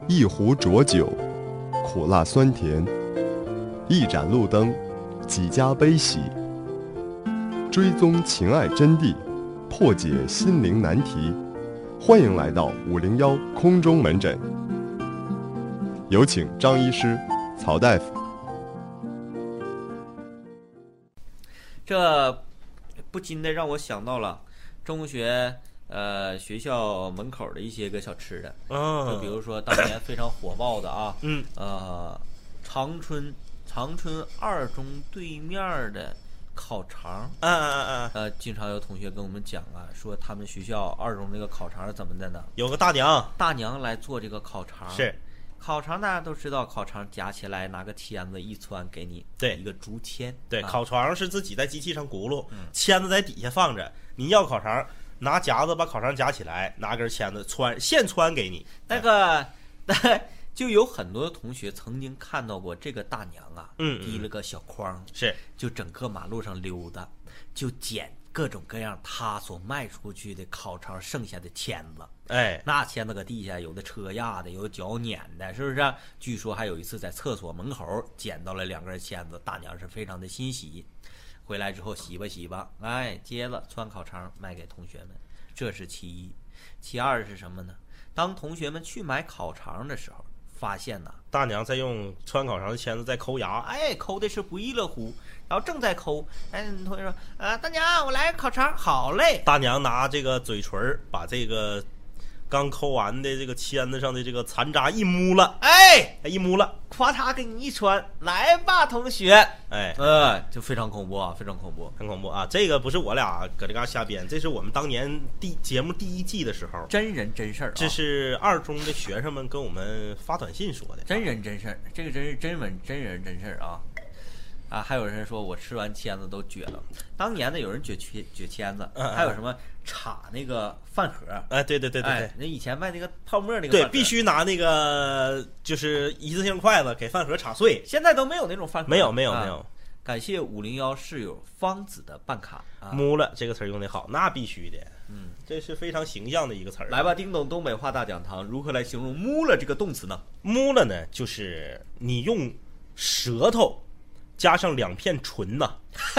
一壶浊酒，苦辣酸甜；一盏路灯，几家悲喜。追踪情爱真谛，破解心灵难题。欢迎来到501空中门诊，有请张医师、曹大夫。 这不禁的让我想到了中学学校门口的一些个小吃的，就比如说当年非常火爆的啊，长春二中对面的烤肠，经常有同学跟我们讲啊，说他们学校二中那个烤肠怎么的呢？ 有个大娘来做这个烤肠， 是烤肠大家都知道，烤肠夹起来拿个签子一穿给你， 对， 一个竹签， 对，烤肠是自己在机器上轱辘，签子在底下放着，你要烤肠拿夹子把烤肠夹起来，拿根签子现穿给你。 那个就有很多同学曾经看到过这个大娘啊，提了个小筐， 是就整个马路上溜达，就捡各种各样他所卖出去的烤肠剩下的签子。那签子搁地下，有的车压的，有的脚碾的，是不是？据说还有一次在厕所门口捡到了2根签子，大娘是非常的欣喜。回来之后洗吧，接着穿烤肠卖给同学们，这是其一。其二是什么呢？当同学们去买烤肠的时候，发现呢， 大娘在用穿烤肠的签子在抠牙， 抠的是不亦乐乎。然后正在抠，同学说大娘，我来个烤肠，好嘞。 大娘拿这个嘴唇把这个刚抠完的这个签子上的这个残渣一摸了，一摸了， 夸嚓给你一穿，来吧，同学，就非常恐怖啊，非常恐怖， 很恐怖啊！这个不是我俩搁这嘎瞎编，这是我们当年节目第1季的时候， 真人真事儿， 这是二中的学生们跟我们发短信说的， 真人真事儿，这个真是真人真事儿啊！还有人说我吃完签子都撅了。当年呢，有人撅签子，还有什么插那个饭盒？ 对， 那以前卖那个泡沫那个， 对，必须拿那个就是一次性筷子给饭盒插碎。 现在都没有那种饭盒， 没有。 感谢501室友方子的办卡。 摸了这个词用得好，那必须的。这是非常形象的一个词儿。 来吧，叮咚东北话大讲堂，如何来形容摸了这个动词呢？ 摸了呢，就是你用舌头加上2片唇呐，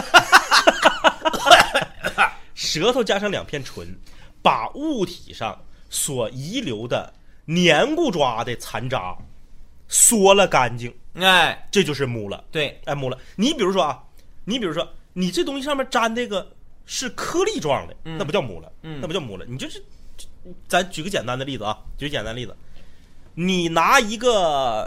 舌头加上2片唇，把物体上所遗留的黏固抓的残渣缩了干净，这就是摸了。 对， 摸了。你比如说你这东西上面粘这个是颗粒状的，那不叫摸了，那不叫摸了。你就是咱举个简单的例子啊，你拿一个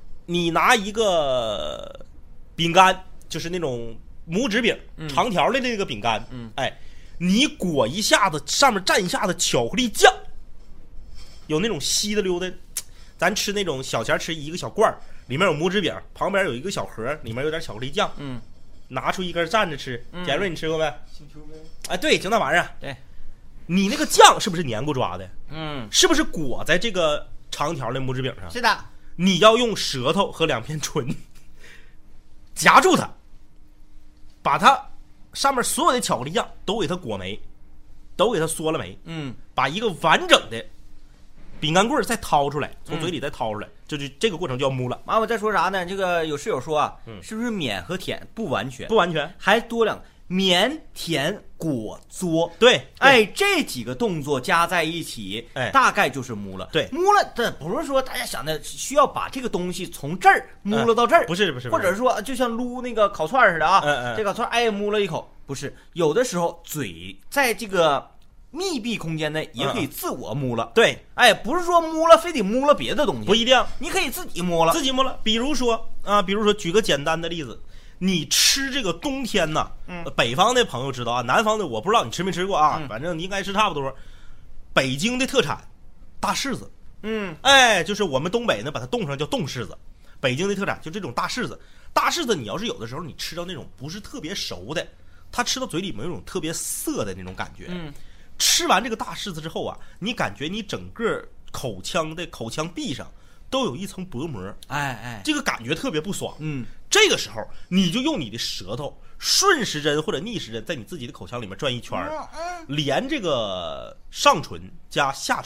饼干，就是那种拇指饼，长条的那个饼干，你裹一下子，上面蘸一下子巧克力酱，有那种稀的溜的，咱吃那种小钱吃一个小罐，里面有拇指饼，旁边有一个小盒，里面有点巧克力酱，拿出一根蘸着吃。杰瑞，你吃过没？星球呗。对，就那玩意儿。 对， 你那个酱是不是黏糊抓的？是不是裹在这个长条的拇指饼上？ 是的。 你要用舌头和2片唇夹住它，把它上面所有的巧克力酱都给它裹没，都给它缩了没，把一个完整的饼干棍再掏出来，从嘴里再掏出来，就是这个过程叫摸了。 我再说啥呢？这个有室友说啊，是不是免和舔不完全，还多2免舔裹嘬。 对， 这几个动作加在一起，大概就是摸了。 对， 摸了，这不是说大家想的需要把这个东西从这儿摸了到这儿， 不是， 或者说就像撸那个烤串似的啊，这烤串摸了一口，不是，有的时候嘴在这个密闭空间内也可以自我摸了。 对， 不是说摸了非得摸了别的东西， 不一定， 你可以自己摸了。 比如说举个简单的例子，你吃这个冬天呢，北方的朋友知道啊，南方的我不知道你吃没吃过啊，反正你应该是差不多。北京的特产大柿子，就是我们东北呢把它冻上叫冻柿子，北京的特产就这种大柿子。大柿子你要是有的时候你吃到那种不是特别熟的，它吃到嘴里没有那种特别涩的那种感觉。吃完这个大柿子之后啊，你感觉你整个口腔壁上都有一层薄膜，这个感觉特别不爽。这个时候你就用你的舌头顺时针或者逆时针在你自己的口腔里面转一圈，连这个上唇加下唇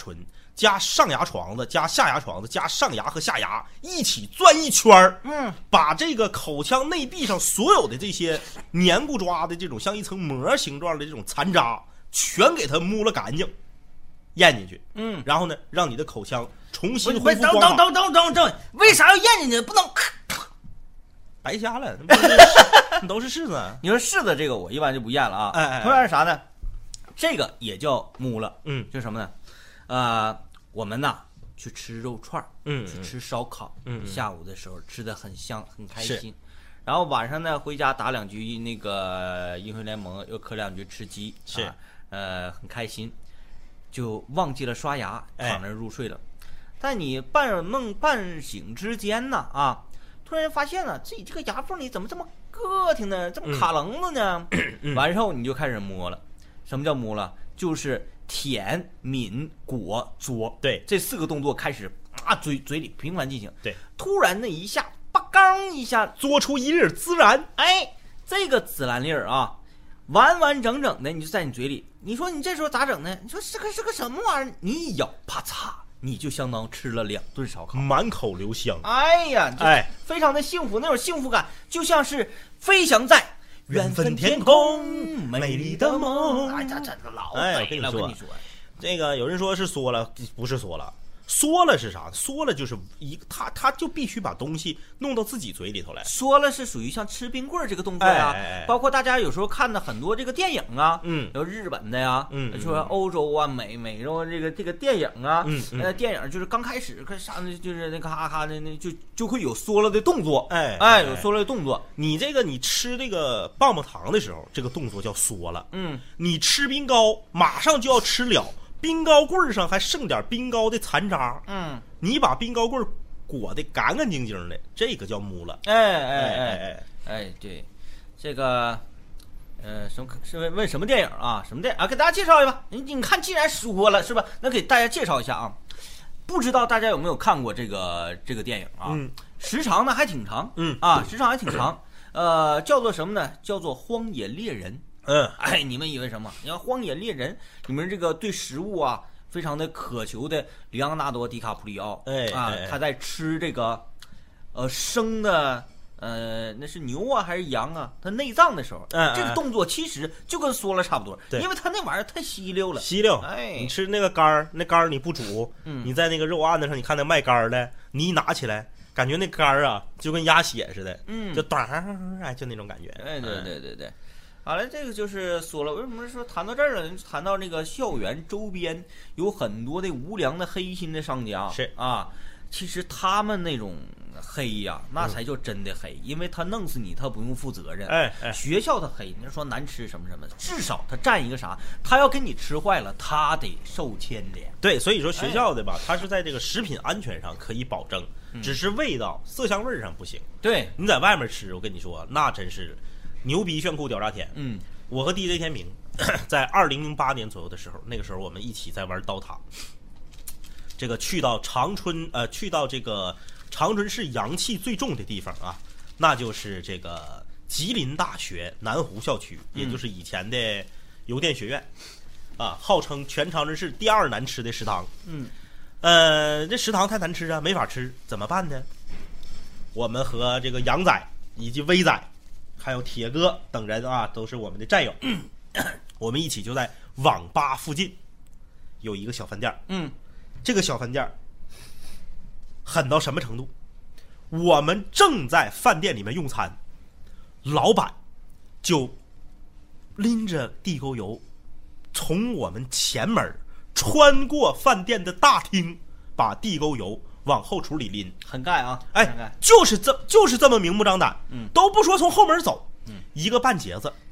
加上牙床子加下牙床子加上牙和下牙一起转一圈儿，把这个口腔内壁上所有的这些黏固抓的这种像一层膜形状的这种残渣全给它摸了干净，咽进去，然后呢，让你的口腔重新恢复光滑。 等，为啥要咽进去？不能白瞎了，都是柿子。 你说柿子这个我一般就不咽了啊。同样是啥呢？这个也叫木了，就是什么呢？我们呐去吃肉串，去吃烧烤，下午的时候吃的很香，很开心。然后晚上呢回家打2局那个英雄联盟，又磕2局吃鸡， 是很开心，就忘记了刷牙，躺那入睡了。在你半梦半醒之间呢，突然发现了自己这个牙缝里怎么这么硌挺呢，这么卡棱子呢？完后你就开始摸了。什么叫摸了？就是舔、抿、裹、嘬， 对， 这4个动作开始嘴里频繁进行。 对， 突然那一下，吧刚一下， 嘬出一粒孜然。 这个孜然粒完完整整的，你就在你嘴里。你说你这时候咋整呢？你说是个什么玩意儿？你一咬，啪嚓，你就相当吃了2顿烧烤， 满口留香。 非常的幸福，那种幸福感就像是飞翔在缘分天空，美丽的梦。这老美了，我跟你说， 这个有人说是缩了，不是缩了。缩了是啥？缩了就是他就必须把东西弄到自己嘴里头来。 缩了是属于像吃冰棍这个动作呀，包括大家有时候看的很多这个电影啊，有日本的呀，说欧洲啊、美洲这个电影啊，电影就是刚开始上就是那个哈哈的那就会有缩了的动作，有缩了的动作。 你吃这个棒棒糖的时候，这个动作叫缩了。你吃冰糕马上就要吃了。冰糕棍上还剩点冰糕的残渣，你把冰糕棍裹得干干净净的，这个叫木了。 对，这个什么是问什么电影啊？什么电影啊？给大家介绍一下吧。你看，既然说了是吧？那给大家介绍一下啊。不知道大家有没有看过这个电影啊？时长呢还挺长，时长还挺长。叫做什么呢？叫做《荒野猎人》。你们以为什么？你看《荒野猎人》，你们这个对食物非常的渴求的里昂纳多·迪卡普里奥，他在吃这个生的那是牛还是羊他内脏的时候，这个动作其实就跟缩了差不多，因为他那玩意儿太稀溜了。你吃那个肝儿，那肝儿你不煮，你在那个肉案子上，你看那卖肝儿的，你一拿起来，感觉那肝儿就跟鸭血似的，就就那种感觉。对。好了，这个就是说了，为什么说谈到这儿了？谈到那个校园周边有很多的无良的黑心的商家， 是其实他们那种黑那才叫真的黑，因为他弄死你，他不用负责任。学校的黑，你说难吃什么什么，至少他占一个啥？他要跟你吃坏了，他得受牵连。 对，所以说学校的他是在这个食品安全上可以保证，只是味道、色香味上不行。 对， 你在外面吃，我跟你说，那真是。牛逼炫酷屌炸天！我和 DJ 天明在2008年左右的时候，那个时候我们一起在玩刀塔。这个去到这个长春市阳气最重的地方那就是这个吉林大学南湖校区，也就是以前的邮电学院号称全长春市第2难吃的食堂。这食堂太难吃没法吃，怎么办呢？我们和这个杨仔以及威仔。还有铁哥等人都是我们的战友。我们一起就在网吧附近有一个小饭店。这个小饭店狠到什么程度？我们正在饭店里面用餐，老板就拎着地沟油从我们前门穿过饭店的大厅，把地沟油往后厨里拎， 很盖就是这么明目张胆，都不说从后门走，一个半截子，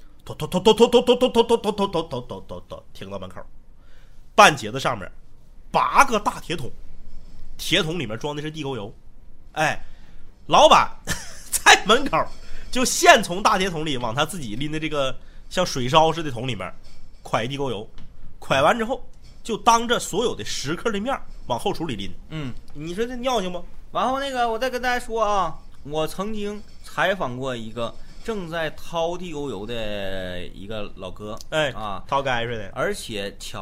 停到门口，半截子上面8个大铁桶，铁桶里面装的是地沟油，老板在门口就现从大铁桶里往他自己拎的这个像水烧似的桶里面蒯地沟油，蒯完之后就当着所有的食客的面往后厨里拎。你说这尿性不？ 然后我再跟大家说我曾经采访过一个正在掏地沟油的一个老哥， 掏该似的， 而且巧了，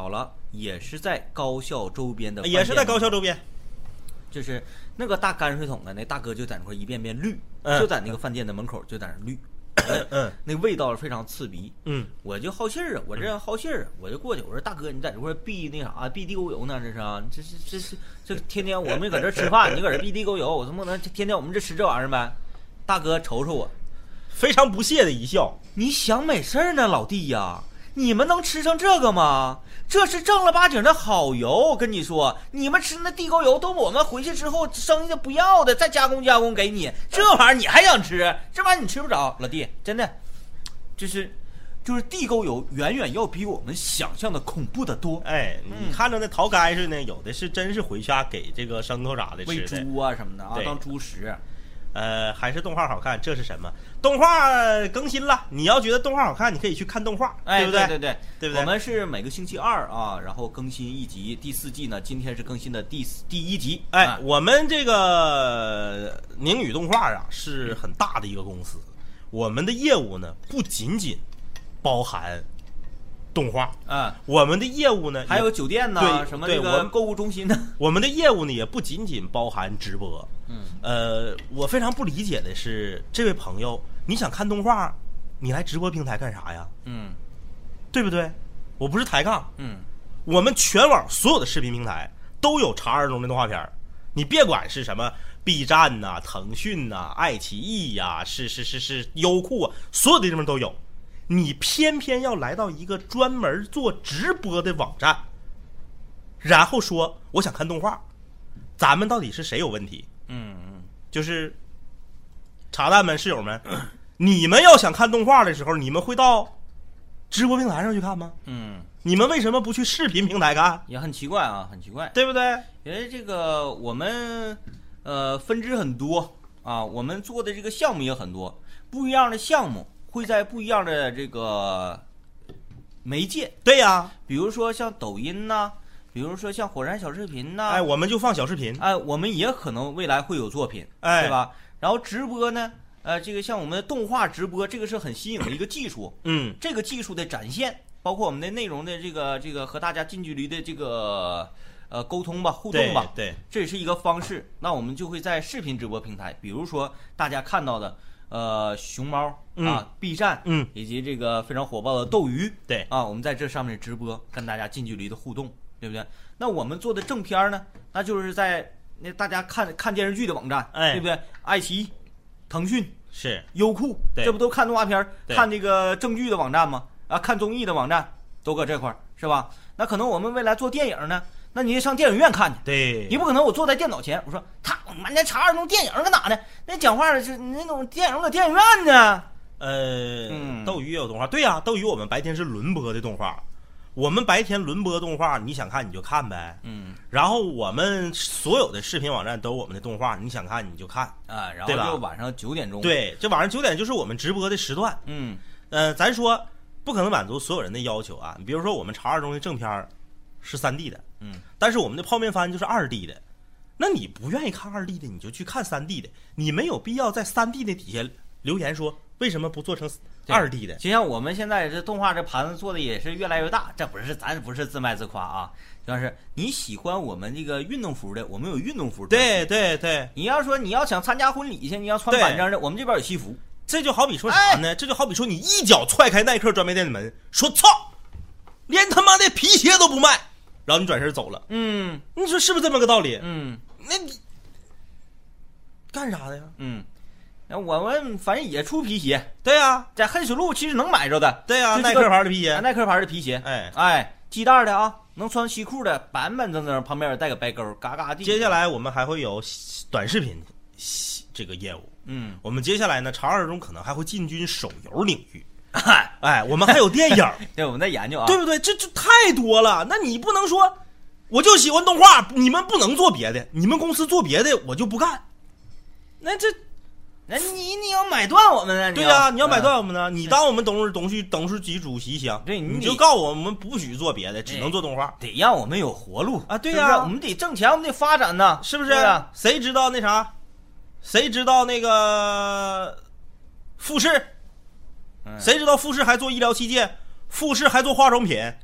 也是在高校周边的， 也是在高校周边， 就是那个大泔水桶的那大哥就在那块一遍遍滤，就在那个饭店的门口就在那滤。那味道非常刺鼻。我就好信儿啊，我这好信儿啊，我就过去，我说大哥，你在这块避那啥，避地沟油呢？这是啊，这天天我们搁这吃饭，你搁这避地沟油，我怎么能天天我们这吃这玩意儿呗？大哥瞅瞅我， 非常不屑的一笑。 你想美事儿呢，老弟呀？你们能吃成这个吗？这是正儿八经的好油，跟你说，你们吃那地沟油都我们回去之后生意的不要的，再加工给你，这玩意儿你还想吃？这玩意儿你吃不着，老弟，真的，就是地沟油远远要比我们想象的恐怖的多。 你看着那桃该似的，有的是真是回家给这个牲口啥的吃的， 喂猪啊什么的啊，当猪食。 还是动画好看，这是什么？动画更新了，你要觉得动画好看，你可以去看动画，对不对？ 对不对？ 我们是每个星期2啊，然后更新一集。第4季呢，今天是更新的第1集。 我们这个宁宇动画啊是很大的一个公司，我们的业务呢不仅仅包含动画我们的业务呢还有酒店呢，什么这个购物中心呢， 我们的业务呢也不仅仅包含直播。我非常不理解的是，这位朋友，你想看动画，你来直播平台干啥呀？对不对？我不是抬杠。我们全网所有的视频平台都有查儿童的动画片，你别管是什么 B 站呐、腾讯呐、爱奇艺呀、是优酷啊，所有的地方都有。你偏偏要来到一个专门做直播的网站，然后说我想看动画，咱们到底是谁有问题？就是茶蛋们、室友们，你们要想看动画的时候，你们会到直播平台上去看吗？你们为什么不去视频平台看？ 也很奇怪啊，很奇怪， 对不对？ 因为这个我们分支很多啊，我们做的这个项目也很多，不一样的项目会在不一样的这个媒介。 对呀， 比如说像抖音呐，比如说像火山小视频呐， 我们就放小视频。 我们也可能未来会有作品，对吧？然后直播呢，这个像我们的动画直播，这个是很新颖的一个技术。这个技术的展现，包括我们的内容的这个和大家近距离的这个沟通吧、互动吧， 对， 这也是一个方式。那我们就会在视频直播平台，比如说大家看到的熊猫B 站，以及这个非常火爆的斗鱼， 对啊，我们在这上面直播，跟大家近距离的互动，对不对？那我们做的正片呢，那就是在那大家看电视剧的网站，对不对？爱奇艺、腾讯、 是优酷，这不都看动画片、看这个正剧的网站吗？看综艺的网站都搁这块是吧？那可能我们未来做电影呢，那你得上电影院看去。 对， 你不可能我坐在电脑前，我说满天查儿童电影搁哪呢？那讲话的是那种电影搁电影院呢。 斗鱼也有动画，对呀，斗鱼我们白天是轮播的动画。我们白天轮播动画，你想看你就看呗。然后我们所有的视频网站都有我们的动画，你想看你就看然后就晚上9点钟。 对，这晚上9点就是我们直播的时段。咱说不可能满足所有人的要求啊。你比如说我们查二中的正片是3D 的，但是我们的泡面番就是 2D 的。那你不愿意看 2D 的，你就去看 3D 的，你没有必要在 3D 的底下留言说为什么不做成2D 的。 就像我们现在这动画这盘子做的也是越来越大，咱不是自卖自夸啊，就是你喜欢我们这个运动服的，我们有运动服。 对， 你要说你要想参加婚礼去，你要穿板正的，我们这边有西服。 这就好比说啥呢？这就好比说你一脚踹开耐克专卖店的门，说操，连他妈的皮鞋都不卖，然后你转身走了。你说是不是这么个道理？那你干啥的呀？ 我们反正也出皮鞋。 对呀， 在黑水路其实能买着的。 对呀，耐克牌的皮鞋， 耐克牌的皮鞋。系带的啊，能穿西裤的，板板正正，旁边带个白钩，嘎嘎地。 接下来我们还会有短视频这个业务。我们接下来呢，查二中可能还会进军手游领域。我们还有电影。 对，我们在研究啊， 对不对？这太多了。那你不能说我就喜欢动画，你们不能做别的，你们公司做别的我就不干。那你要买断我们呢？对呀，你要买断我们呢？你当我们董事局主席行？ 对， 你就告我们不许做别的，只能做动画， 得让我们有活路啊！对呀， 我们得挣钱，我们得发展呢， 是不是？谁知道那啥？谁知道那个富士？谁知道富士还做医疗器械？富士还做化妆品？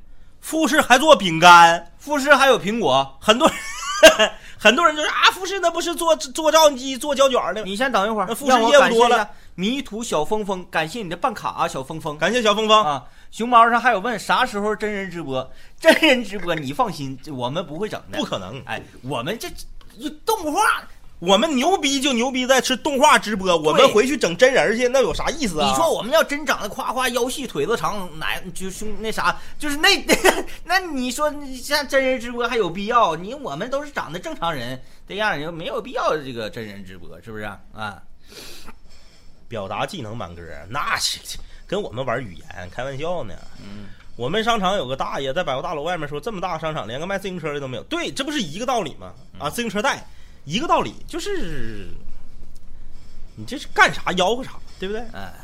富士还做饼干， 富士还有苹果， 很多人就是啊，富士那不是做照相机做胶卷的？ 你先等一会儿， 那富士业务多了。 迷途小峰峰，感谢你的办卡啊，小峰峰， 感谢小峰峰啊。熊猫上还有问啥时候真人直播？真人直播你放心，我们不会整的， 不可能。 哎，我们这动画。 我们牛逼就牛逼在吃动画直播，我们回去整真人去，那有啥意思啊？ 你说我们要真长得夸夸腰细腿子长，就是那啥，就是那你说像真人直播还有必要？我们都是长得正常人这样，就没有必要这个真人直播，是不是啊？ 表达技能满格，那跟我们玩语言开玩笑呢。我们商场有个大爷在百货大楼外面说，这么大商场连个卖自行车的都没有。对，这不是一个道理吗？啊，自行车带。一个道理就是，你这是干啥吆喝啥，对不对？ 哎。